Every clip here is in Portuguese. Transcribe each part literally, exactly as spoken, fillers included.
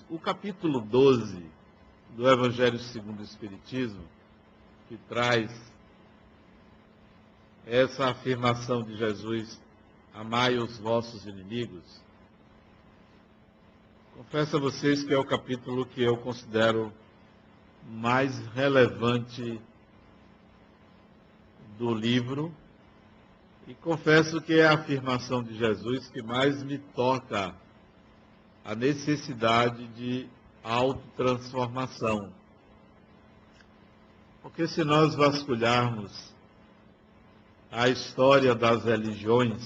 o capítulo doze do Evangelho segundo o Espiritismo, que traz essa afirmação de Jesus, amai os vossos inimigos, confesso a vocês que é o capítulo que eu considero mais relevante do livro, e confesso que é a afirmação de Jesus que mais me toca a necessidade de autotransformação. Porque se nós vasculharmos a história das religiões,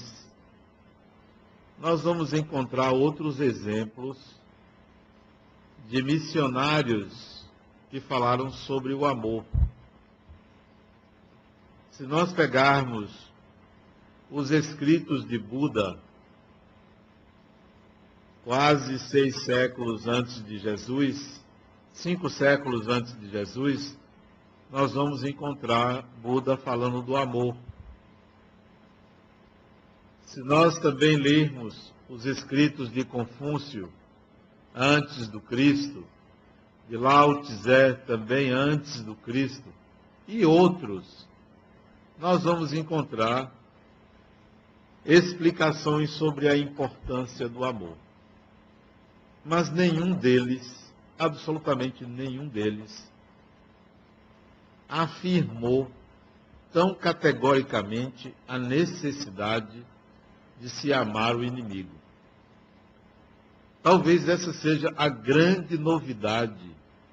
nós vamos encontrar outros exemplos de missionários que falaram sobre o amor. Se nós pegarmos os escritos de Buda, quase seis séculos antes de Jesus, cinco séculos antes de Jesus, nós vamos encontrar Buda falando do amor. Se nós também lermos os escritos de Confúcio, antes do Cristo, de Lao Tse, também antes do Cristo, e outros, nós vamos encontrar explicações sobre a importância do amor. Mas nenhum deles, absolutamente nenhum deles, afirmou tão categoricamente a necessidade de se amar o inimigo. Talvez essa seja a grande novidade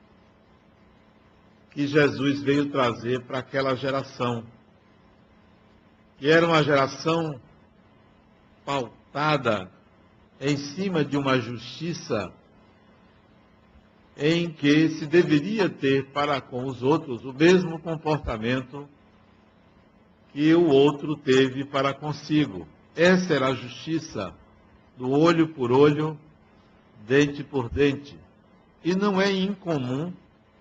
que Jesus veio trazer para aquela geração, que era uma geração pautada em cima de uma justiça em que se deveria ter para com os outros o mesmo comportamento que o outro teve para consigo. Essa era a justiça do olho por olho, dente por dente. E não é incomum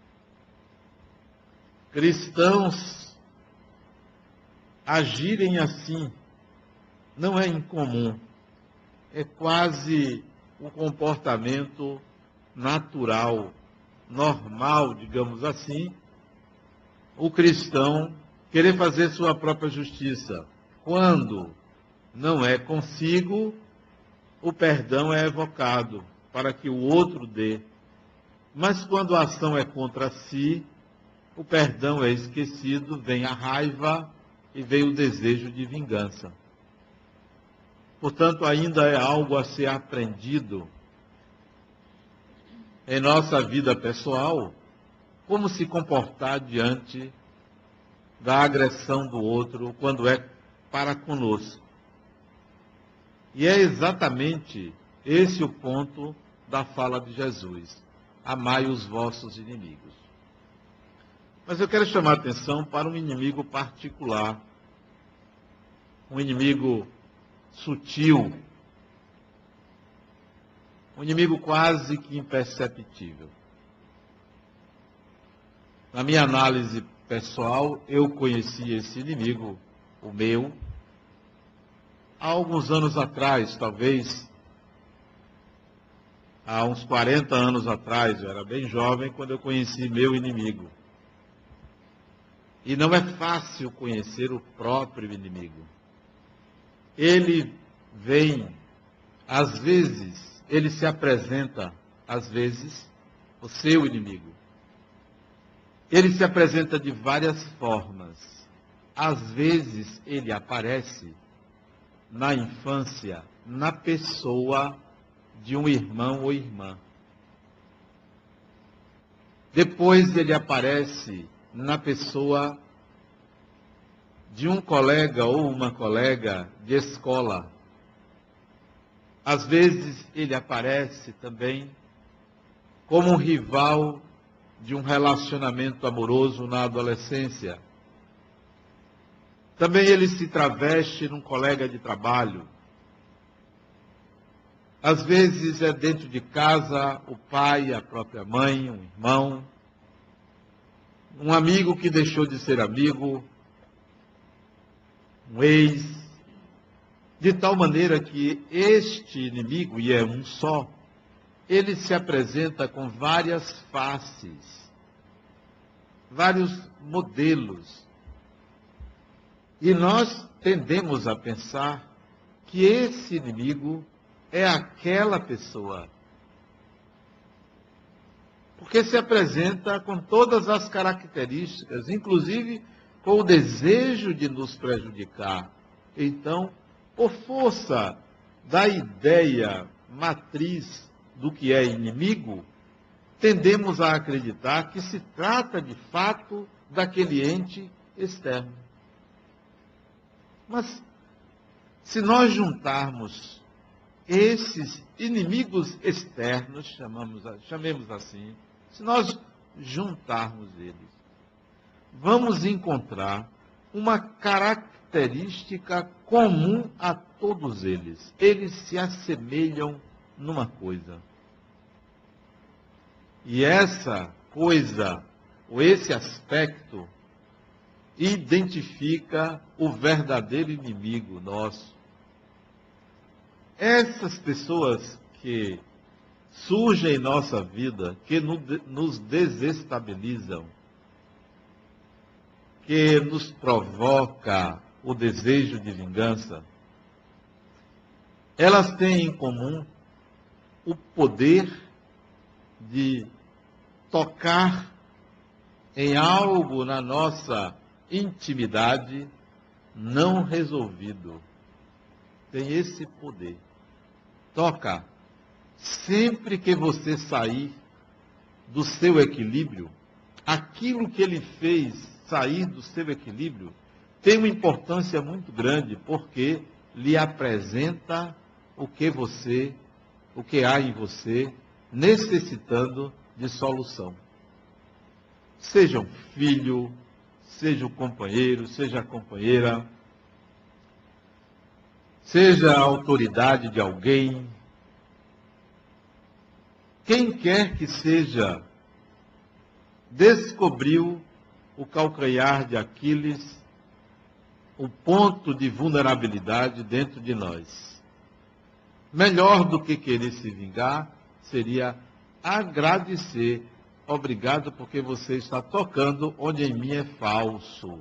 cristãos agirem assim. Não é incomum. É quase o comportamento natural, normal, digamos assim, o cristão querer fazer sua própria justiça. Quando não é consigo, o perdão é evocado para que o outro dê. Mas quando a ação é contra si, o perdão é esquecido, vem a raiva e vem o desejo de vingança. Portanto, ainda é algo a ser aprendido em nossa vida pessoal, como se comportar diante da agressão do outro quando é para conosco. E é exatamente esse o ponto da fala de Jesus. Amai os vossos inimigos. Mas eu quero chamar a atenção para um inimigo particular, um inimigo sutil, um inimigo quase que imperceptível. Na minha análise pessoal, eu conheci esse inimigo, o meu, há alguns anos atrás, talvez há uns quarenta anos atrás, eu era bem jovem quando eu conheci meu inimigo. E não é fácil conhecer o próprio inimigo. Ele vem, às vezes, ele se apresenta, às vezes, o seu inimigo. Ele se apresenta de várias formas. Às vezes, ele aparece na infância, na pessoa de um irmão ou irmã. Depois, ele aparece na pessoa de um colega ou uma colega de escola. Às vezes ele aparece também como um rival de um relacionamento amoroso na adolescência. Também ele se traveste num colega de trabalho. Às vezes é dentro de casa o pai, a própria mãe, um irmão, um amigo que deixou de ser amigo, um ex, de tal maneira que este inimigo, e é um só, ele se apresenta com várias faces, vários modelos. E nós tendemos a pensar que esse inimigo é aquela pessoa, porque se apresenta com todas as características, inclusive com o desejo de nos prejudicar. Então, por força da ideia matriz do que é inimigo, tendemos a acreditar que se trata de fato daquele ente externo. Mas, se nós juntarmos esses inimigos externos, chamamos, chamemos assim, se nós juntarmos eles, vamos encontrar uma característica comum a todos eles. Eles se assemelham numa coisa. E essa coisa, ou esse aspecto, identifica o verdadeiro inimigo nosso. Essas pessoas que surgem em nossa vida, que nos desestabilizam, que nos provoca o desejo de vingança, elas têm em comum o poder de tocar em algo na nossa intimidade não resolvido. Tem esse poder. Toca. Sempre que você sair do seu equilíbrio, aquilo que ele fez sair do seu equilíbrio tem uma importância muito grande, porque lhe apresenta o que você, o que há em você, necessitando de solução. Seja um filho, seja o companheiro, seja a companheira, seja a autoridade de alguém, quem quer que seja, descobriu o calcanhar de Aquiles, o ponto de vulnerabilidade dentro de nós. Melhor do que querer se vingar, seria agradecer. Obrigado porque você está tocando onde em mim é falso.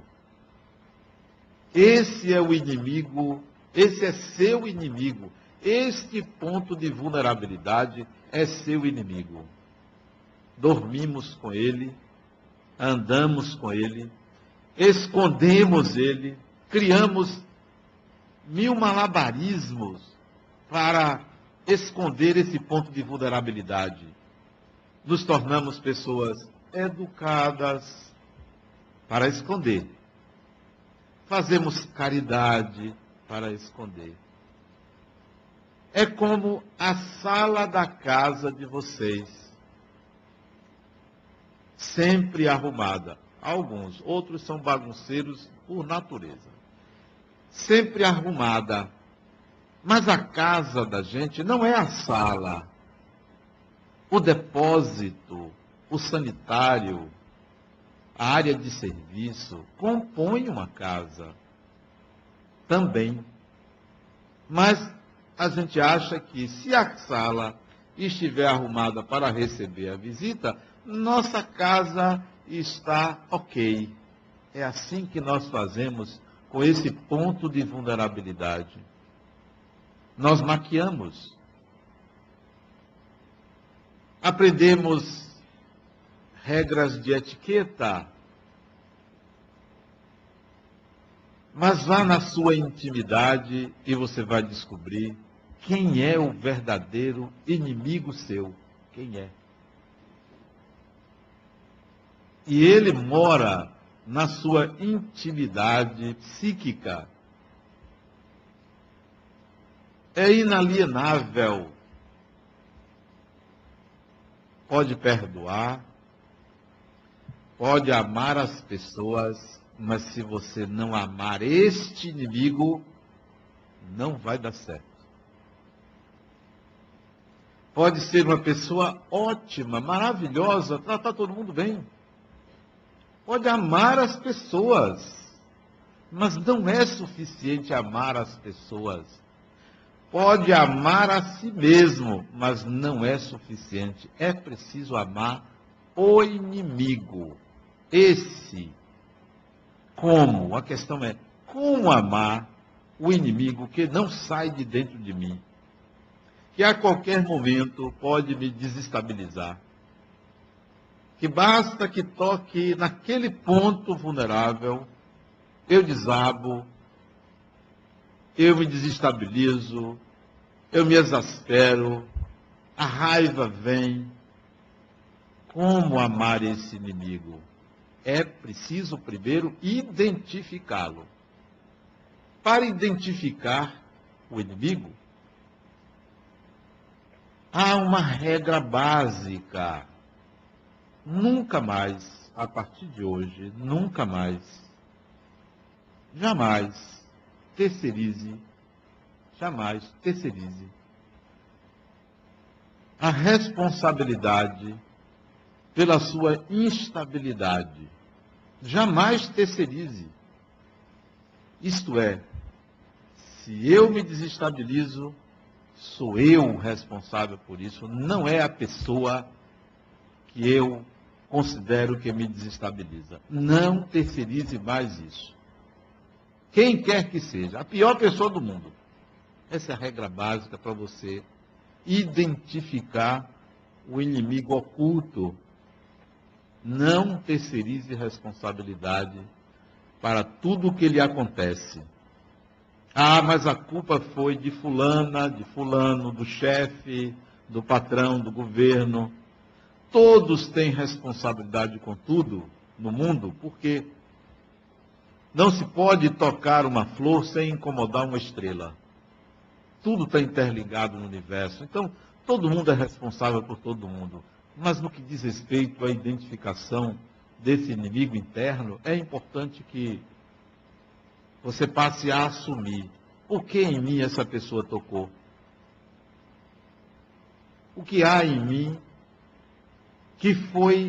Esse é o inimigo, esse é seu inimigo. Este ponto de vulnerabilidade é seu inimigo. Dormimos com ele, andamos com ele, escondemos ele, criamos mil malabarismos para esconder esse ponto de vulnerabilidade. Nos tornamos pessoas educadas para esconder. Fazemos caridade para esconder. É como a sala da casa de vocês, sempre arrumada. Alguns, outros são bagunceiros por natureza. Sempre arrumada. Mas a casa da gente não é a sala. O depósito, o sanitário, a área de serviço, compõem uma casa também. Mas a gente acha que se a sala estiver arrumada para receber a visita, nossa casa está ok. É assim que nós fazemos com esse ponto de vulnerabilidade. Nós maquiamos. Aprendemos regras de etiqueta. Mas vá na sua intimidade e você vai descobrir quem é o verdadeiro inimigo seu. Quem é? E ele mora na sua intimidade psíquica. É inalienável. Pode perdoar, pode amar as pessoas, mas se você não amar este inimigo, não vai dar certo. Pode ser uma pessoa ótima, maravilhosa, tratar todo mundo bem. Pode amar as pessoas, mas não é suficiente amar as pessoas. pode amar a si mesmo, mas não é suficiente. É preciso amar o inimigo. Esse, como? A questão é, como amar o inimigo que não sai de dentro de mim, que a qualquer momento pode me desestabilizar, que basta que toque naquele ponto vulnerável, eu desabo, eu me desestabilizo, eu me exaspero, a raiva vem. Como amar esse inimigo? É preciso primeiro identificá-lo. Para identificar o inimigo, há uma regra básica. Nunca mais, a partir de hoje, nunca mais, jamais terceirize, jamais terceirize a responsabilidade pela sua instabilidade. Jamais terceirize. Isto é, se eu me desestabilizo, sou eu o responsável por isso, não é a pessoa que eu considero que me desestabiliza. Não terceirize mais isso. Quem quer que seja, a pior pessoa do mundo. Essa é a regra básica para você identificar o inimigo oculto. Não terceirize responsabilidade para tudo o que lhe acontece. Ah, mas a culpa foi de fulana, de fulano, do chefe, do patrão, do governo. Todos têm responsabilidade com tudo no mundo, porque não se pode tocar uma flor sem incomodar uma estrela. Tudo está interligado no universo. Então, todo mundo é responsável por todo mundo. Mas no que diz respeito à identificação desse inimigo interno, é importante que você passe a assumir o que em mim essa pessoa tocou. O que há em mim que foi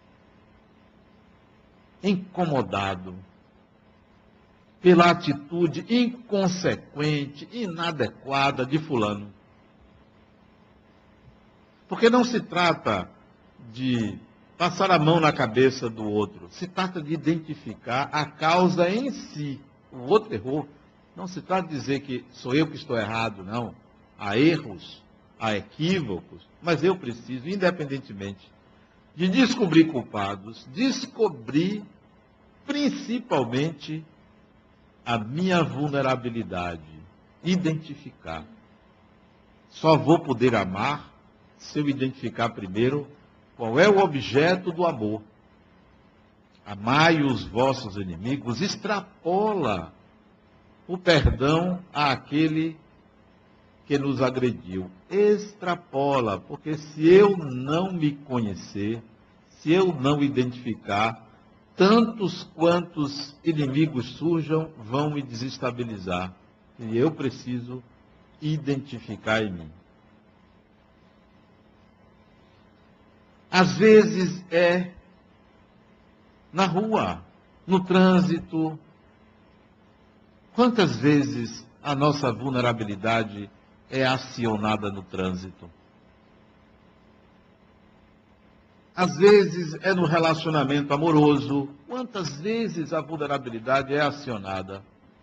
incomodado pela atitude inconsequente, inadequada de fulano. Porque não se trata de passar a mão na cabeça do outro, se trata de identificar a causa em si. O outro errou. Não se trata de dizer que sou eu que estou errado, não. Há erros, há equívocos, mas eu preciso, independentemente de descobrir culpados, descobrir principalmente a minha vulnerabilidade, identificar. Só vou poder amar se eu identificar primeiro qual é o objeto do amor. Amai os vossos inimigos, extrapola o perdão àquele que nos agrediu. Extrapola, porque se eu não me conhecer, se eu não identificar, tantos quantos inimigos surjam, vão me desestabilizar. E eu preciso identificar em mim. Às vezes é na rua, no trânsito. Quantas vezes a nossa vulnerabilidade é acionada no trânsito? Às vezes é no relacionamento amoroso. Quantas vezes a vulnerabilidade é acionada?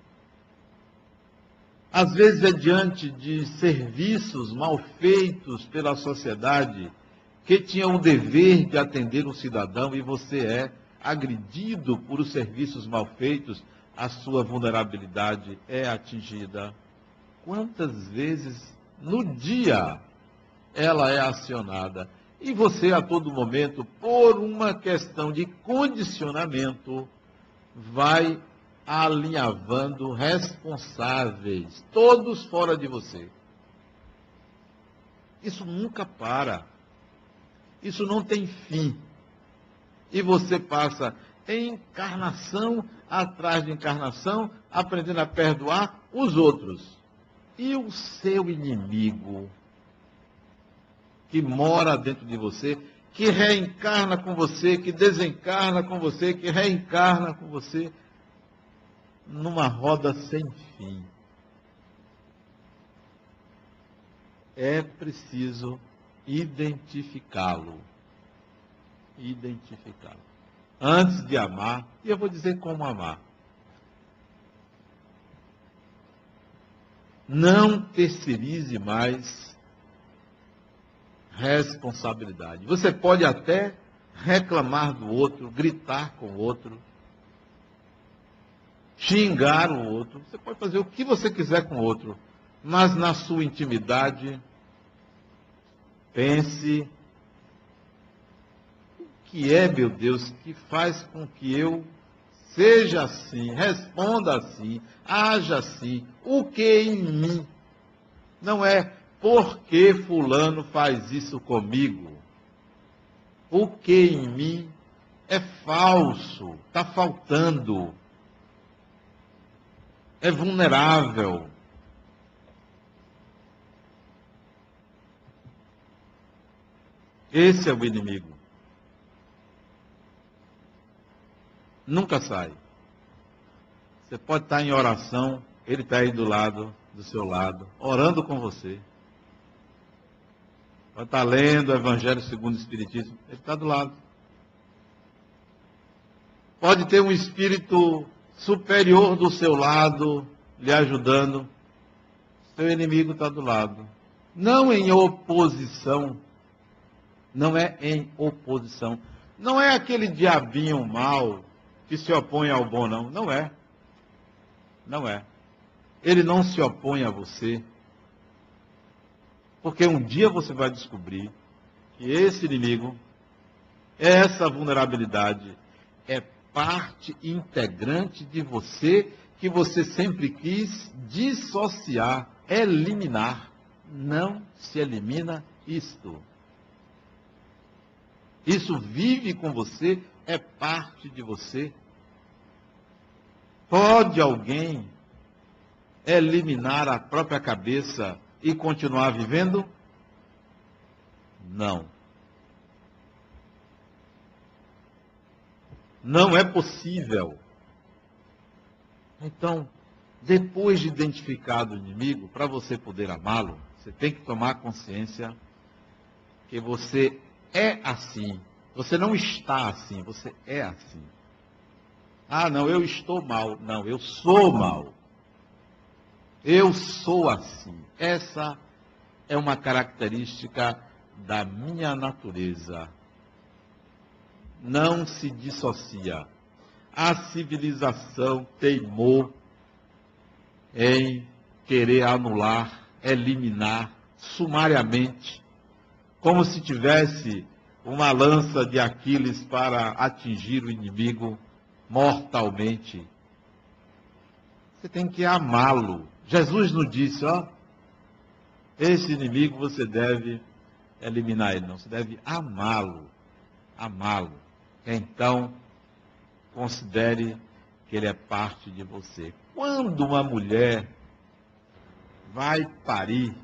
Às vezes é diante de serviços mal feitos pela sociedade, que tinha o dever de atender um cidadão e você é agredido por os serviços mal feitos, a sua vulnerabilidade é atingida. Quantas vezes no dia ela é acionada? E você, a todo momento, por uma questão de condicionamento, vai alinhavando responsáveis, todos fora de você. Isso nunca para. Isso não tem fim. E você passa encarnação atrás de encarnação, aprendendo a perdoar os outros. E o seu inimigo, que mora dentro de você, que reencarna com você, que desencarna com você, que reencarna com você, numa roda sem fim. é preciso identificá-lo. Identificá-lo. Antes de amar, e eu vou dizer como amar. Não terceirize mais responsabilidade. Você pode até reclamar do outro, gritar com o outro, xingar o outro. Você pode fazer o que você quiser com o outro, mas na sua intimidade, pense: o que é, meu Deus, que faz com que eu seja assim, responda assim, haja assim? O que em mim? Não é por que fulano faz isso comigo. O que em mim é falso, está faltando, é vulnerável. Esse é o inimigo. Nunca sai. Você pode estar em oração, ele está aí do lado, do seu lado, orando com você. Pode estar lendo o Evangelho segundo o Espiritismo, ele está do lado. Pode ter um espírito superior do seu lado, lhe ajudando. Seu inimigo está do lado. Não em oposição. Não é em oposição. Não é aquele diabinho mau que se opõe ao bom, não. Não é. Não é. Ele não se opõe a você. Porque um dia você vai descobrir que esse inimigo, essa vulnerabilidade, é parte integrante de você que você sempre quis dissociar, eliminar. Não se elimina isto. Isso vive com você, é parte de você. Pode alguém eliminar a própria cabeça e continuar vivendo? Não. Não é possível. Então, depois de identificado o inimigo, para você poder amá-lo, você tem que tomar consciência que você é assim. Você não está assim, você é assim. Ah, não, eu estou mal. Não, eu sou mal. Eu sou assim. Essa é uma característica da minha natureza. Não se dissocia. A civilização teimou em querer anular, eliminar sumariamente, como se tivesse uma lança de Aquiles para atingir o inimigo mortalmente. Você tem que amá-lo. Jesus nos disse, ó, esse inimigo você deve eliminar ele, não, você deve amá-lo, amá-lo. Então, considere que ele é parte de você. Quando uma mulher vai parir,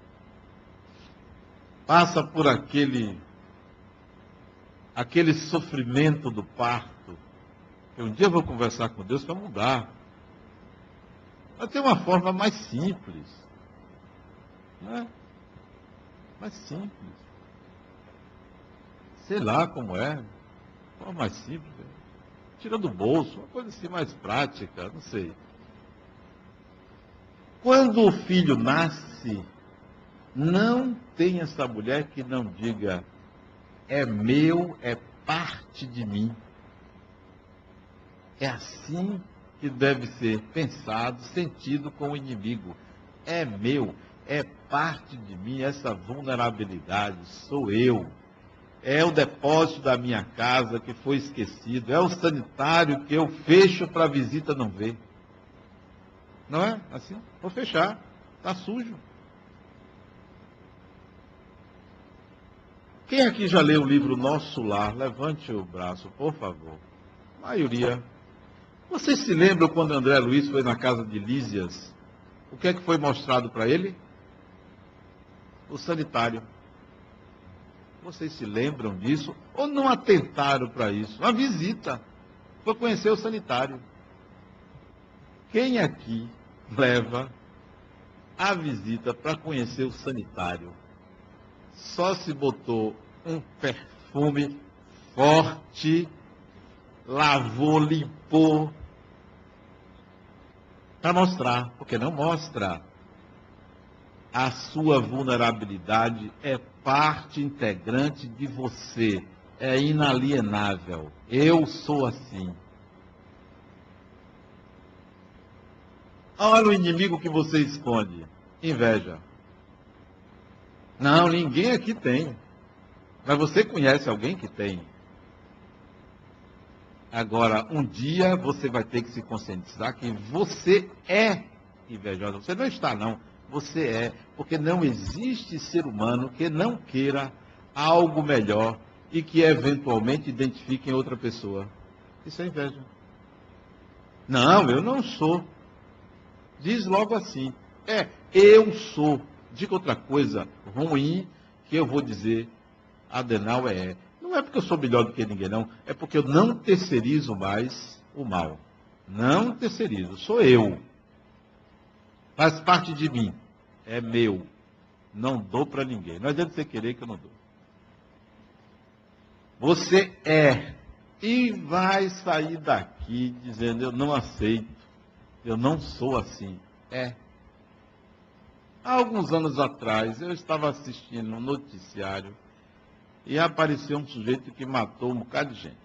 passa por aquele, aquele sofrimento do parto, que um dia eu vou conversar com Deus para mudar. Mas tem uma forma mais simples. Né? Mais simples. Sei lá como é. Forma mais simples. Tira do bolso, uma coisa assim mais prática, não sei. Quando o filho nasce, não tem essa mulher que não diga, é meu, é parte de mim. É assim que deve ser pensado, sentido com o inimigo. É meu, é parte de mim, essa vulnerabilidade, sou eu. É o depósito da minha casa que foi esquecido, é o sanitário que eu fecho para a visita não ver. Não é assim? Vou fechar, está sujo. Quem aqui já leu o livro Nosso Lar? Levante o braço, por favor. A maioria. Vocês se lembram quando André Luiz foi na casa de Lísias? O que é que foi mostrado para ele? O sanitário. Vocês se lembram disso? Ou não atentaram para isso? Uma visita. Foi conhecer o sanitário. Quem aqui leva a visita para conhecer o sanitário. Só se botou um perfume forte, lavou, limpou, para mostrar, porque não mostra. A sua vulnerabilidade é parte integrante de você, é inalienável. Eu sou assim. Olha o inimigo que você esconde, inveja. Não, ninguém aqui tem. Mas você conhece alguém que tem. Agora, um dia você vai ter que se conscientizar que você é invejosa. Você não está, não. Você é. Porque não existe ser humano que não queira algo melhor e que eventualmente identifique em outra pessoa. Isso é inveja. Não, eu não sou. Diz logo assim. É, eu sou. Diga outra coisa ruim que eu vou dizer. Adenal é. Não é porque eu sou melhor do que ninguém, não. É porque eu não terceirizo mais o mal. Não terceirizo. Sou eu. Faz parte de mim. É meu. Não dou para ninguém. Não adianta você querer que eu não dou. Você é. E vai sair daqui dizendo, eu não aceito. Eu não sou assim. É. Há alguns anos atrás, eu estava assistindo um noticiário e apareceu um sujeito que matou um bocado de gente.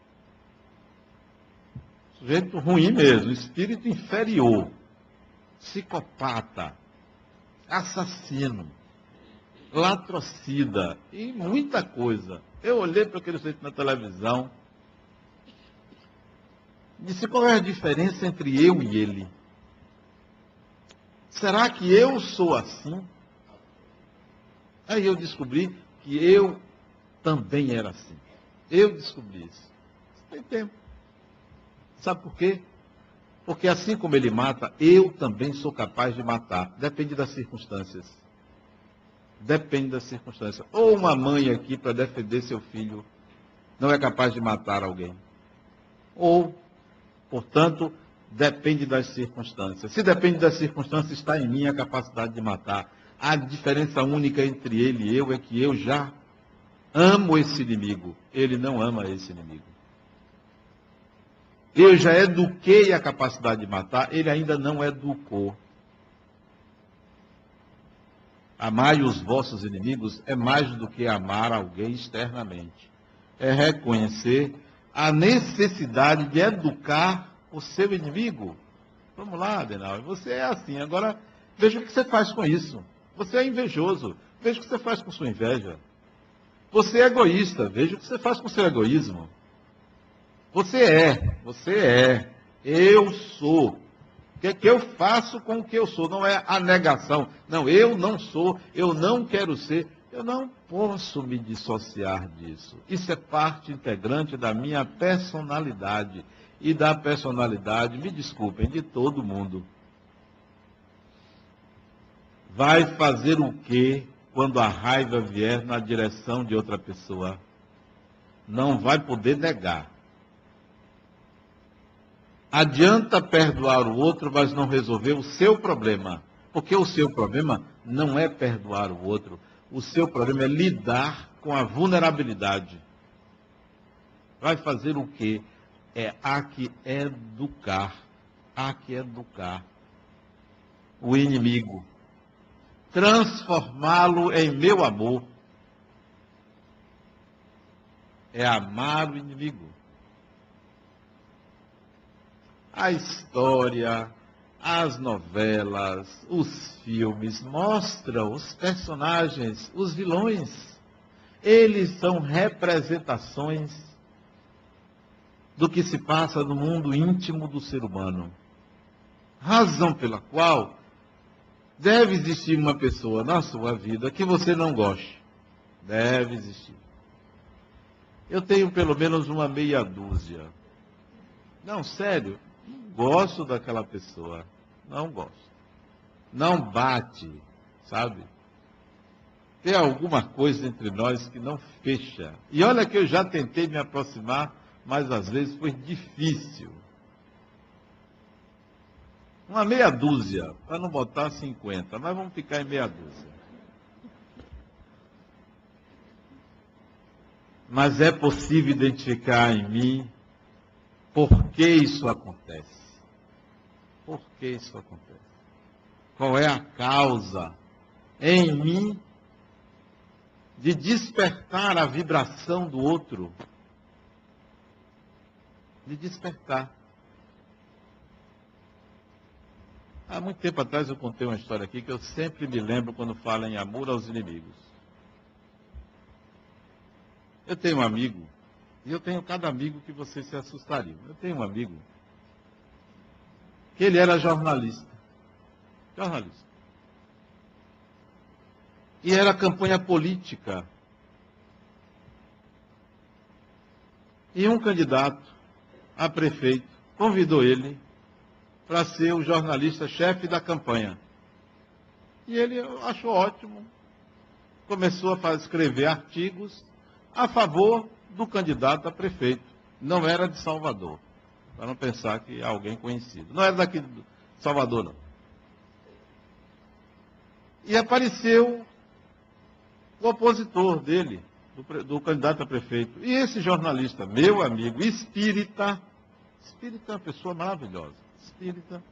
Sujeito ruim mesmo, espírito inferior, psicopata, assassino, latrocida e muita coisa. Eu olhei para aquele sujeito na televisão e disse, qual é a diferença entre eu e ele? Será que eu sou assim? Aí eu descobri que eu também era assim. Eu descobri isso. Tem tempo. Sabe por quê? Porque assim como ele mata, eu também sou capaz de matar. Depende das circunstâncias. Depende das circunstâncias. Ou uma mãe aqui, para defender seu filho, não é capaz de matar alguém. Ou, portanto, depende das circunstâncias. Se depende das circunstâncias, está em mim a capacidade de matar. A diferença única entre ele e eu é que eu já amo esse inimigo. Ele não ama esse inimigo. Eu já eduquei a capacidade de matar, ele ainda não educou. Amai os vossos inimigos é mais do que amar alguém externamente. É reconhecer a necessidade de educar o seu inimigo. Vamos lá, Adenal, você é assim. Agora, veja o que você faz com isso. Você é invejoso. Veja o que você faz com sua inveja. Você é egoísta. Veja o que você faz com seu egoísmo. Você é. Você é. Eu sou. O que é que eu faço com o que eu sou? Não é a negação. Não, eu não sou. Eu não quero ser. Eu não posso me dissociar disso. Isso é parte integrante da minha personalidade. E da personalidade, me desculpem, de todo mundo. Vai fazer o quê quando a raiva vier na direção de outra pessoa? Não vai poder negar. Adianta perdoar o outro, mas não resolver o seu problema. Porque o seu problema não é perdoar o outro. O seu problema é lidar com a vulnerabilidade. Vai fazer o quê? É, há que educar. Há que educar o inimigo. Transformá-lo em meu amor. É amar o inimigo. A história, as novelas, os filmes mostram os personagens, os vilões. Eles são representações do que se passa no mundo íntimo do ser humano. Razão pela qual deve existir uma pessoa na sua vida que você não goste. Deve existir. Eu tenho pelo menos uma meia dúzia. Não, sério, não gosto daquela pessoa. Não gosto. Não bate, sabe? Tem alguma coisa entre nós que não fecha. E olha que eu já tentei me aproximar, mas às vezes foi difícil. Uma meia dúzia, para não botar cinquenta, mas vamos ficar em meia dúzia. Mas é possível identificar em mim por que isso acontece. Por que isso acontece? Qual é a causa em mim de despertar a vibração do outro? De despertar. Há muito tempo atrás eu contei uma história aqui que eu sempre me lembro quando falo em amor aos inimigos. Eu tenho um amigo, e eu tenho cada amigo que vocês se assustariam. Eu tenho um amigo que ele era jornalista. Jornalista. E era campanha política. E um candidato a prefeito convidou ele para ser o jornalista-chefe da campanha. E ele achou ótimo. Começou a escrever artigos a favor do candidato a prefeito. Não era de Salvador, para não pensar que é alguém conhecido. Não era daqui de Salvador, não. E apareceu o opositor dele, do, do candidato a prefeito. E esse jornalista, meu amigo, espírita, espírita é uma pessoa maravilhosa, espírita,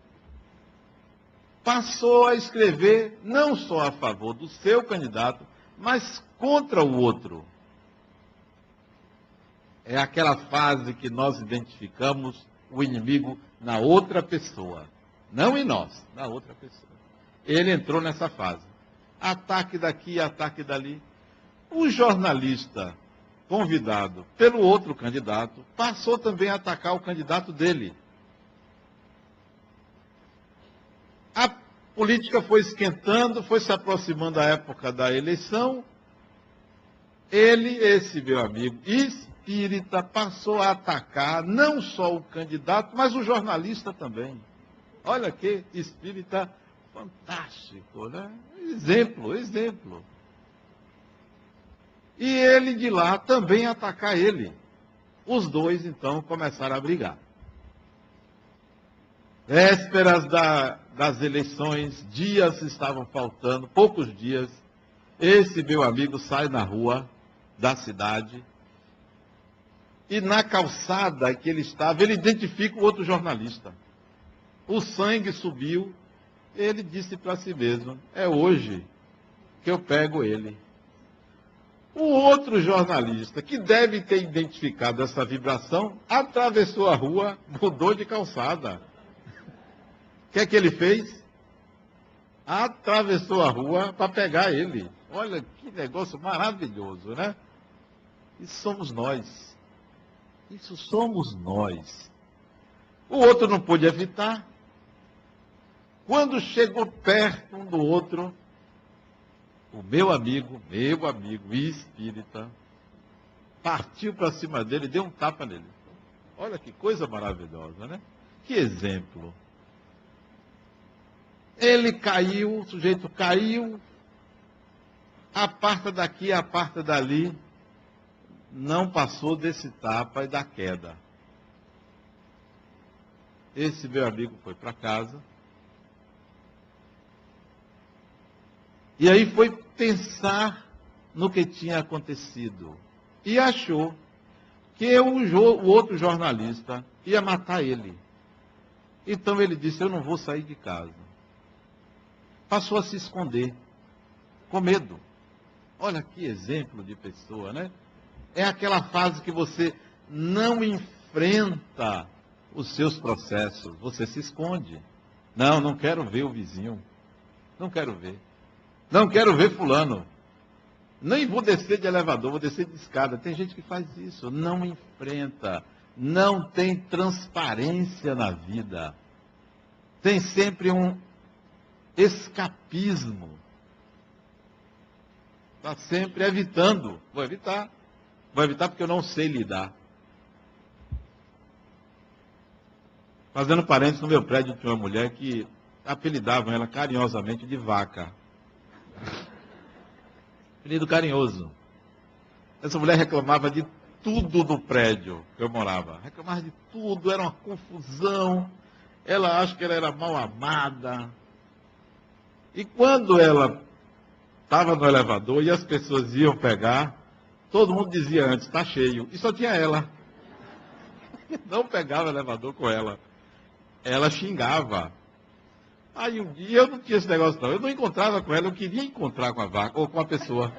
passou a escrever não só a favor do seu candidato, mas contra o outro. É aquela fase que nós identificamos o inimigo na outra pessoa. Não em nós, na outra pessoa. Ele entrou nessa fase. Ataque daqui, ataque dali. O jornalista convidado pelo outro candidato passou também a atacar o candidato dele. A política foi esquentando, foi se aproximando da época da eleição. Ele, esse meu amigo, espírita, passou a atacar não só o candidato, mas o jornalista também. Olha que espírita fantástico, né? Exemplo, exemplo. E ele de lá também atacar ele. Os dois, então, começaram a brigar. Vésperas da, das eleições, dias estavam faltando, poucos dias. Esse meu amigo sai na rua da cidade e na calçada que ele estava, ele identifica o outro jornalista. O sangue subiu, ele disse para si mesmo, é hoje que eu pego ele. O outro jornalista, que deve ter identificado essa vibração, atravessou a rua, mudou de calçada. O que é que ele fez? Atravessou a rua para pegar ele. Olha que negócio maravilhoso, né? Isso somos nós. Isso somos nós. O outro não pôde evitar. Quando chegou perto um do outro, o meu amigo, meu amigo espírita, partiu para cima dele e deu um tapa nele. Olha que coisa maravilhosa, né? Que exemplo. Ele caiu, o sujeito caiu, aparta daqui, aparta dali, não passou desse tapa e da queda. Esse meu amigo foi para casa. E aí foi pensar no que tinha acontecido. E achou que o, o outro jornalista ia matar ele. Então ele disse, eu não vou sair de casa. Passou a se esconder, com medo. Olha que exemplo de pessoa, né? É aquela fase que você não enfrenta os seus processos, você se esconde. Não, não quero ver o vizinho. Não quero ver. Não quero ver fulano. Nem vou descer de elevador, vou descer de escada. Tem gente que faz isso, não enfrenta. Não tem transparência na vida. Tem sempre um escapismo. Está sempre evitando. Vou evitar. Vou evitar porque eu não sei lidar. Fazendo parênteses, no meu prédio tinha uma mulher que apelidavam ela carinhosamente de vaca. Apelido carinhoso. Essa mulher reclamava de tudo do prédio que eu morava. Reclamava de tudo, era uma confusão. ela acha que ela era mal amada. E quando ela estava no elevador e as pessoas iam pegar, todo mundo dizia antes, está cheio. E só tinha ela. Não pegava o elevador com ela. Ela xingava. Aí um dia eu não tinha esse negócio não. Eu não encontrava com ela, eu queria encontrar com a vaca ou com a pessoa.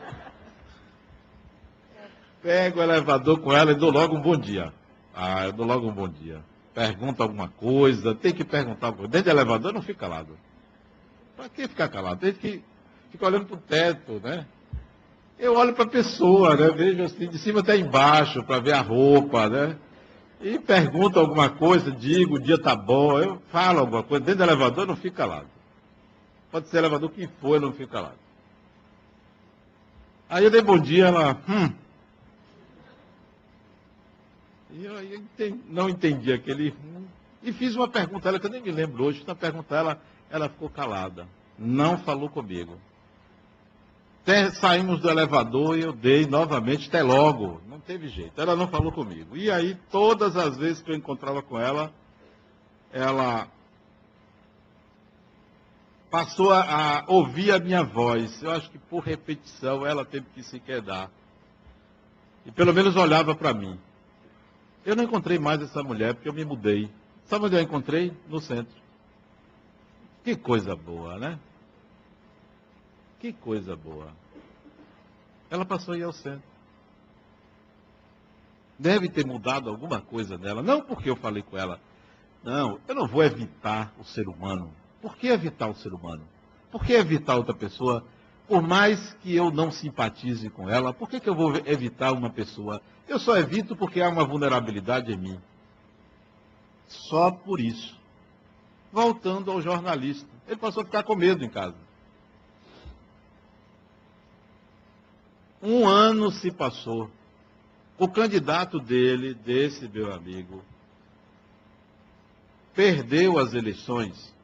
Pego o elevador com ela e dou logo um bom dia. Ah, eu dou logo um bom dia. Pergunta alguma coisa, tem que perguntar alguma coisa. Dentro do elevador não fica calado. Para que ficar calado? Tem que ficar olhando para o teto, né? Eu olho para a pessoa, né? Vejo assim, de cima até embaixo, para ver a roupa, né? E pergunto alguma coisa, digo, o dia tá bom, eu falo alguma coisa. Dentro do elevador não fica calado. Pode ser elevador que for, eu não fico calado. Aí eu dei bom dia, ela, hum. E eu, eu entendi, não entendi aquele hum. E fiz uma pergunta a ela, que eu nem me lembro hoje. Fiz uma pergunta a ela, ela ficou calada. Não falou comigo. Até saímos do elevador e eu dei novamente, até logo. Não teve jeito. Ela não falou comigo. E aí, todas as vezes que eu encontrava com ela, ela passou a, a ouvir a minha voz. Eu acho que por repetição ela teve que se quedar. E pelo menos olhava para mim. Eu não encontrei mais essa mulher porque eu me mudei. Sabe onde eu a encontrei? No centro. Que coisa boa, né? Que coisa boa. Ela passou a ir ao centro. Deve ter mudado alguma coisa nela. Não porque eu falei com ela. Não, eu não vou evitar o ser humano. Por que evitar o ser humano? Por que evitar outra pessoa? Por mais que eu não simpatize com ela, por que, que eu vou evitar uma pessoa? Eu só evito porque há uma vulnerabilidade em mim. Só por isso. Voltando ao jornalista. Ele passou a ficar com medo em casa. Um ano se passou. O candidato dele, desse meu amigo, perdeu as eleições.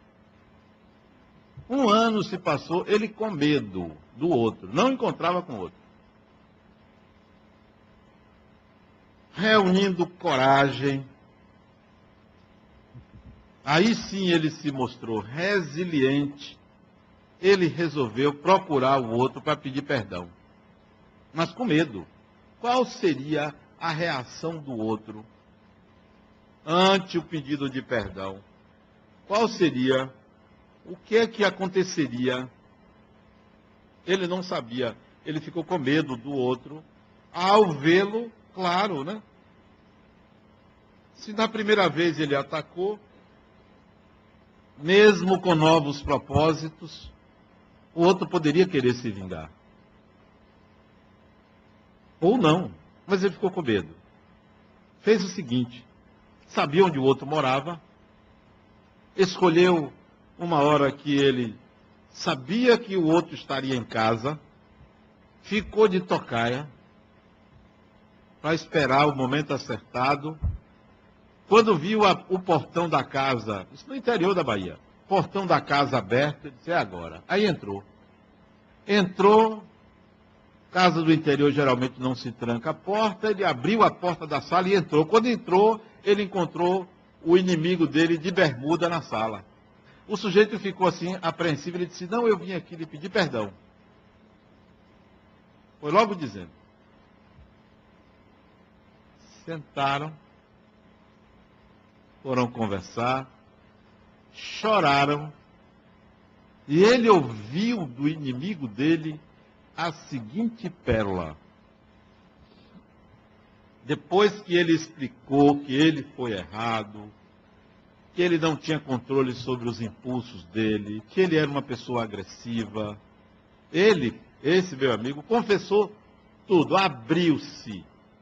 Um ano se passou, ele com medo do outro, não encontrava com o outro. Reunindo coragem, aí sim ele se mostrou resiliente, ele resolveu procurar o outro para pedir perdão. Mas com medo. Qual seria a reação do outro ante o pedido de perdão? Qual seria? O que é que aconteceria? Ele não sabia. Ele ficou com medo do outro. Ao vê-lo, claro, né? Se na primeira vez ele atacou, mesmo com novos propósitos, o outro poderia querer se vingar. Ou não, mas ele ficou com medo. Fez o seguinte, sabia onde o outro morava, escolheu uma hora que ele sabia que o outro estaria em casa, ficou de tocaia para esperar o momento acertado. Quando viu a, o portão da casa, isso no interior da Bahia, portão da casa aberto, ele disse, é agora. Aí entrou. Entrou. Casa do interior geralmente não se tranca a porta, ele abriu a porta da sala e entrou. Quando entrou, ele encontrou o inimigo dele de bermuda na sala. O sujeito ficou assim, apreensivo, ele disse, não, eu vim aqui lhe pedir perdão. Foi logo dizendo. Sentaram, foram conversar, choraram, e ele ouviu do inimigo dele a seguinte pérola. Depois que ele explicou que ele foi errado, que ele não tinha controle sobre os impulsos dele, que ele era uma pessoa agressiva, ele, esse meu amigo, confessou tudo, abriu-se.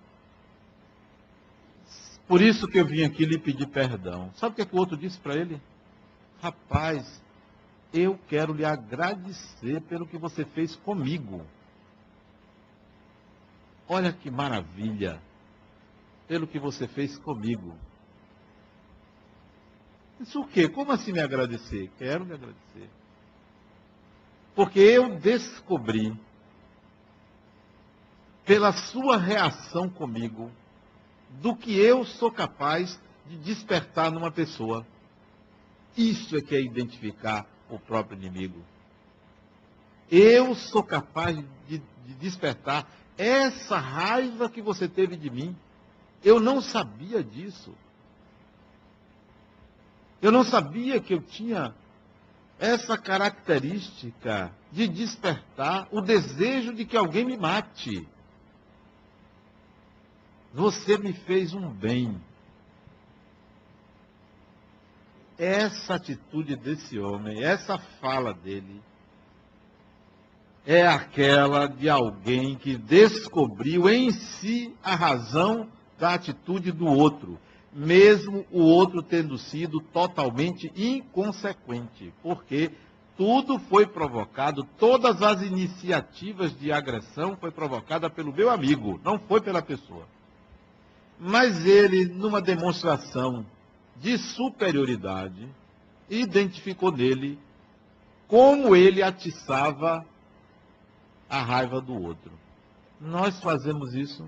Por isso que eu vim aqui lhe pedir perdão. Sabe o que, é que o outro disse para ele? Rapaz, eu quero lhe agradecer pelo que você fez comigo. Olha que maravilha, pelo que você fez comigo. Isso o quê? Como assim me agradecer? Quero lhe agradecer. Porque eu descobri, pela sua reação comigo, do que eu sou capaz de despertar numa pessoa. Isso é que é identificar o próprio inimigo. Eu sou capaz de, de despertar essa raiva que você teve de mim. Eu não sabia disso. Eu não sabia que eu tinha essa característica de despertar o desejo de que alguém me mate. Você me fez um bem. Essa atitude desse homem, essa fala dele, é aquela de alguém que descobriu em si a razão da atitude do outro, mesmo o outro tendo sido totalmente inconsequente, porque tudo foi provocado, todas as iniciativas de agressão foi provocada pelo meu amigo, não foi pela pessoa. Mas ele, numa demonstração de superioridade, identificou nele como ele atiçava a raiva do outro. Nós fazemos isso?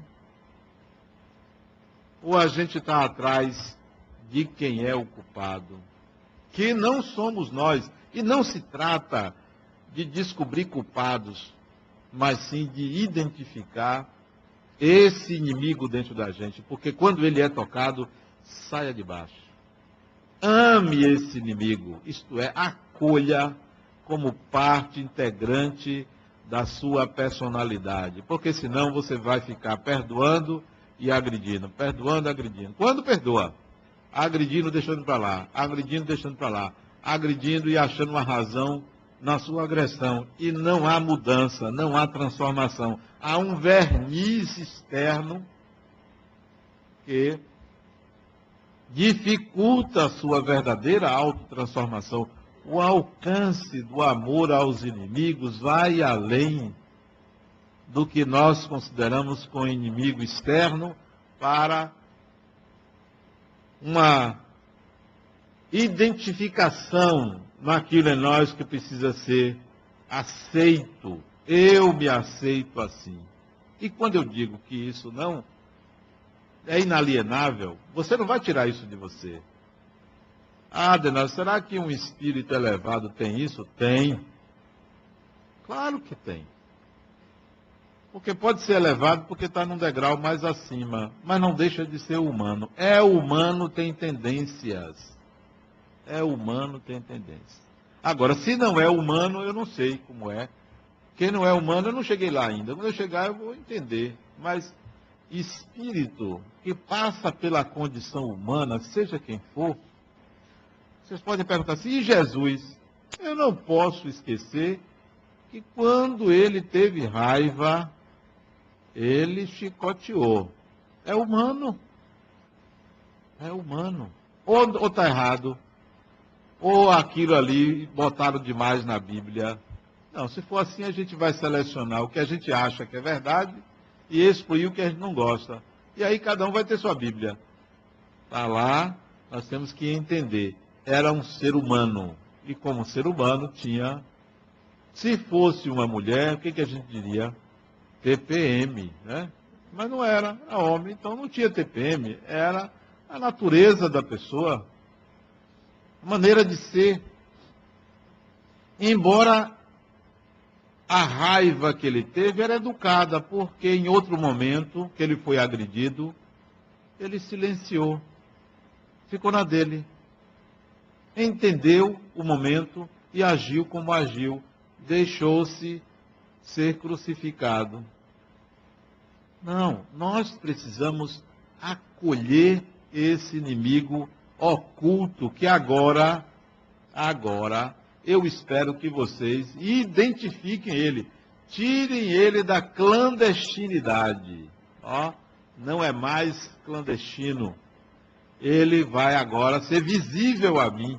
Ou a gente está atrás de quem é o culpado? Que não somos nós. E não se trata de descobrir culpados, mas sim de identificar esse inimigo dentro da gente. Porque quando ele é tocado, saia de baixo. Ame esse inimigo, isto é, acolha como parte integrante da sua personalidade, porque senão você vai ficar perdoando e agredindo, perdoando e agredindo. Quando perdoa? Agredindo, deixando para lá, agredindo, deixando para lá, agredindo e achando uma razão na sua agressão. E não há mudança, não há transformação. Há um verniz externo que dificulta a sua verdadeira autotransformação. O alcance do amor aos inimigos vai além do que nós consideramos como inimigo externo para uma identificação naquilo em nós que precisa ser aceito. Eu me aceito assim. E quando eu digo que isso não é inalienável, você não vai tirar isso de você. Ah, Denal, será que um espírito elevado tem isso? Tem. Claro que tem. Porque pode ser elevado porque está num degrau mais acima, mas não deixa de ser humano. É humano, tem tendências. É humano, tem tendências. Agora, se não é humano, eu não sei como é. Quem não é humano, eu não cheguei lá ainda. Quando eu chegar, eu vou entender. Mas espírito que passa pela condição humana, seja quem for, vocês podem perguntar assim, e Jesus? Eu não posso esquecer que quando ele teve raiva, ele chicoteou. É humano. É humano. Ou está errado, ou aquilo ali botaram demais na Bíblia. Não, se for assim, a gente vai selecionar o que a gente acha que é verdade e excluir o que a gente não gosta. E aí cada um vai ter sua Bíblia. Está lá, nós temos que entender. Era um ser humano. E como ser humano tinha... Se fosse uma mulher, o que, que a gente diria? T P M, né? Mas não era, era homem, então não tinha T P M. Era a natureza da pessoa, a maneira de ser. Embora a raiva que ele teve era educada, porque em outro momento que ele foi agredido, ele silenciou, ficou na dele. Entendeu o momento e agiu como agiu. Deixou-se ser crucificado. Não, nós precisamos acolher esse inimigo oculto que agora, agora, eu espero que vocês identifiquem ele. Tirem ele da clandestinidade. Ó, não é mais clandestino. Ele vai agora ser visível a mim.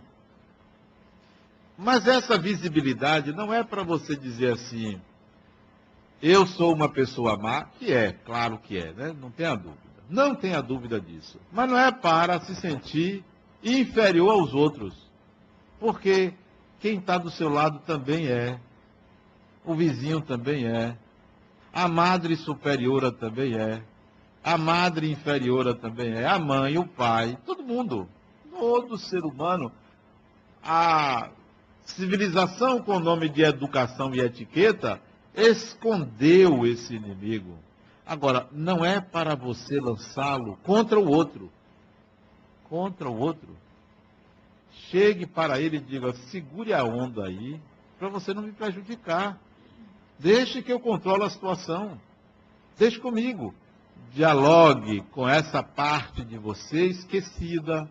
Mas essa visibilidade não é para você dizer assim, eu sou uma pessoa má, que é, claro que é, né? Não tenha dúvida. Não tenha dúvida disso. Mas não é para se sentir inferior aos outros. Porque quem está do seu lado também é. O vizinho também é. A madre superiora também é. A madre inferiora também é. A mãe, o pai, todo mundo. Todo ser humano. a civilização com o nome de educação e etiqueta escondeu esse inimigo. Agora, não é para você lançá-lo contra o outro. Contra o outro. Chegue para ele e diga, segure a onda aí, para você não me prejudicar. Deixe que eu controle a situação. Deixe comigo. Dialogue com essa parte de você esquecida,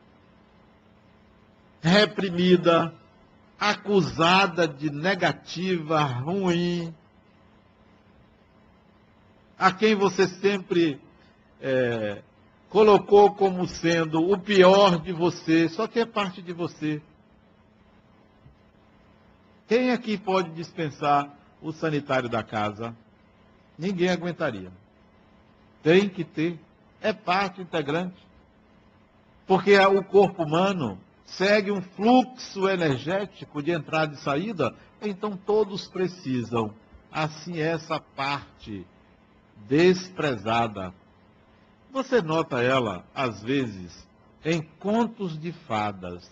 reprimida, acusada de negativa, ruim, a quem você sempre é, colocou como sendo o pior de você, só que é parte de você. Quem aqui pode dispensar o sanitário da casa? Ninguém aguentaria. Tem que ter, é parte integrante. Porque o corpo humano segue um fluxo energético de entrada e saída, então todos precisam. Assim, essa parte desprezada. Você nota ela, às vezes, em contos de fadas.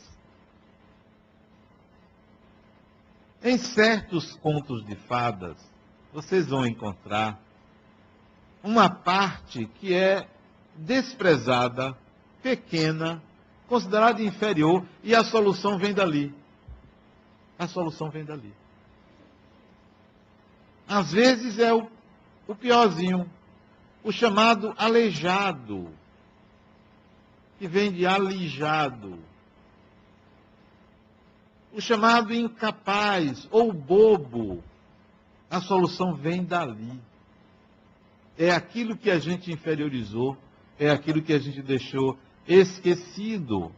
Em certos contos de fadas, vocês vão encontrar uma parte que é desprezada, pequena, considerada inferior, e a solução vem dali. A solução vem dali. Às vezes é o, o piorzinho, o chamado aleijado, que vem de alijado. O chamado incapaz ou bobo, a solução vem dali. É aquilo que a gente inferiorizou, é aquilo que a gente deixou esquecido.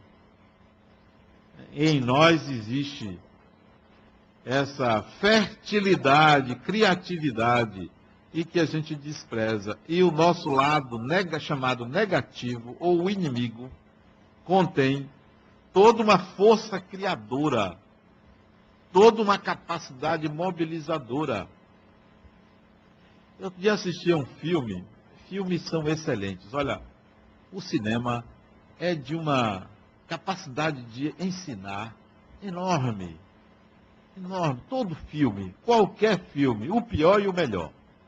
Em nós existe essa fertilidade, criatividade, e que a gente despreza. E o nosso lado nega, chamado negativo, ou o inimigo, contém toda uma força criadora, toda uma capacidade mobilizadora. Eu podia assistir a um filme, filmes são excelentes. Olha, o cinema é de uma capacidade de ensinar enorme. Enorme. Todo filme, qualquer filme, o pior e o melhor.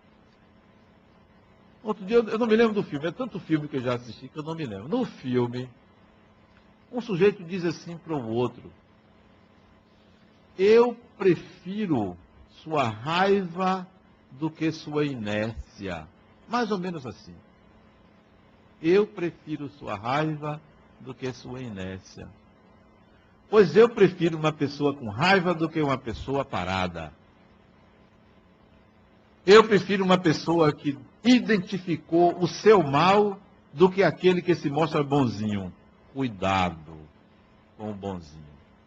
Outro dia, eu não me lembro do filme, é tanto filme que eu já assisti que eu não me lembro. No filme, um sujeito diz assim para o outro: eu prefiro sua raiva do que sua inércia. Mais ou menos assim. Eu prefiro sua raiva do que sua inércia. Pois eu prefiro uma pessoa com raiva do que uma pessoa parada. Eu prefiro uma pessoa que identificou o seu mal do que aquele que se mostra bonzinho. Cuidado com o bonzinho.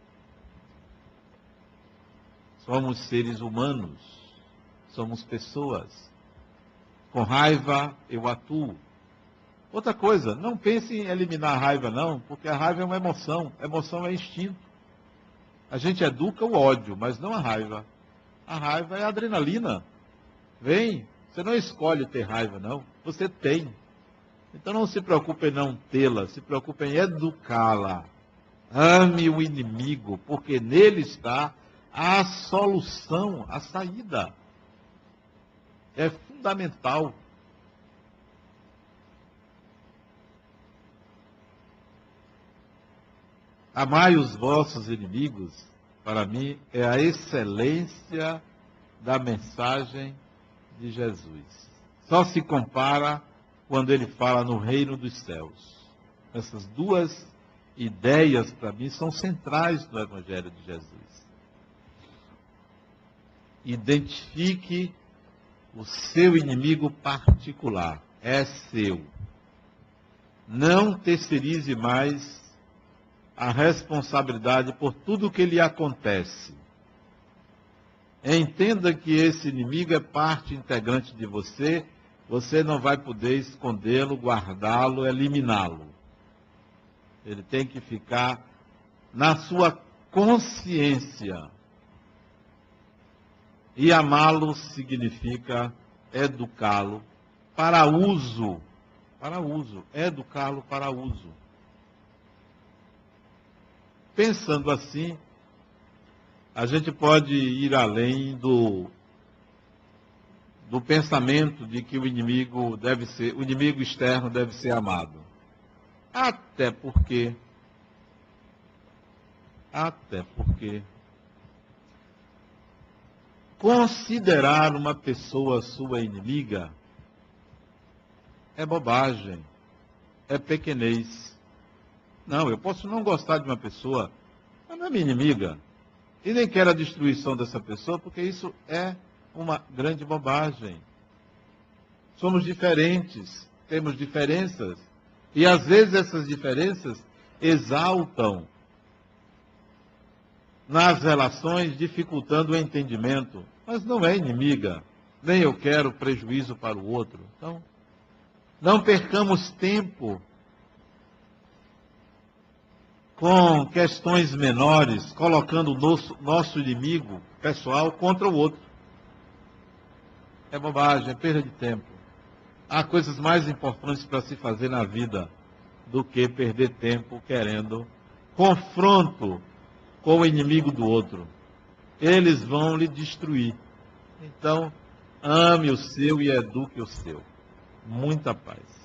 Somos seres humanos. Somos pessoas. Com raiva eu atuo. Outra coisa, não pense em eliminar a raiva não, porque a raiva é uma emoção. A emoção é instinto. A gente educa o ódio, mas não a raiva. A raiva é adrenalina. Vem, você não escolhe ter raiva não, você tem. Então não se preocupe em não tê-la, se preocupe em educá-la. Ame o inimigo, porque nele está a solução, a saída. É fundamental. Amai os vossos inimigos, para mim, é a excelência da mensagem de Jesus. Só se compara quando ele fala no reino dos céus. Essas duas ideias, para mim, são centrais no Evangelho de Jesus. Identifique o seu inimigo particular. É seu. Não terceirize mais a responsabilidade por tudo o que lhe acontece. Entenda que esse inimigo é parte integrante de você, você não vai poder escondê-lo, guardá-lo, eliminá-lo. Ele tem que ficar na sua consciência. E amá-lo significa educá-lo para uso. Para uso. Educá-lo para uso. Pensando assim, a gente pode ir além do, do pensamento de que o inimigo deve ser, o inimigo externo deve ser amado. Até porque, até porque, considerar uma pessoa sua inimiga é bobagem, é pequenez. Não, eu posso não gostar de uma pessoa, mas não é minha inimiga. E nem quero a destruição dessa pessoa, porque isso é uma grande bobagem. Somos diferentes, temos diferenças. E às vezes essas diferenças exaltam nas relações, dificultando o entendimento. Mas não é inimiga, nem eu quero prejuízo para o outro. Então, não percamos tempo com questões menores, colocando o nosso, nosso inimigo pessoal contra o outro. É bobagem, é perda de tempo. Há coisas mais importantes para se fazer na vida do que perder tempo querendo confronto com o inimigo do outro. Eles vão lhe destruir. Então, ame o seu e eduque o seu. Muita paz.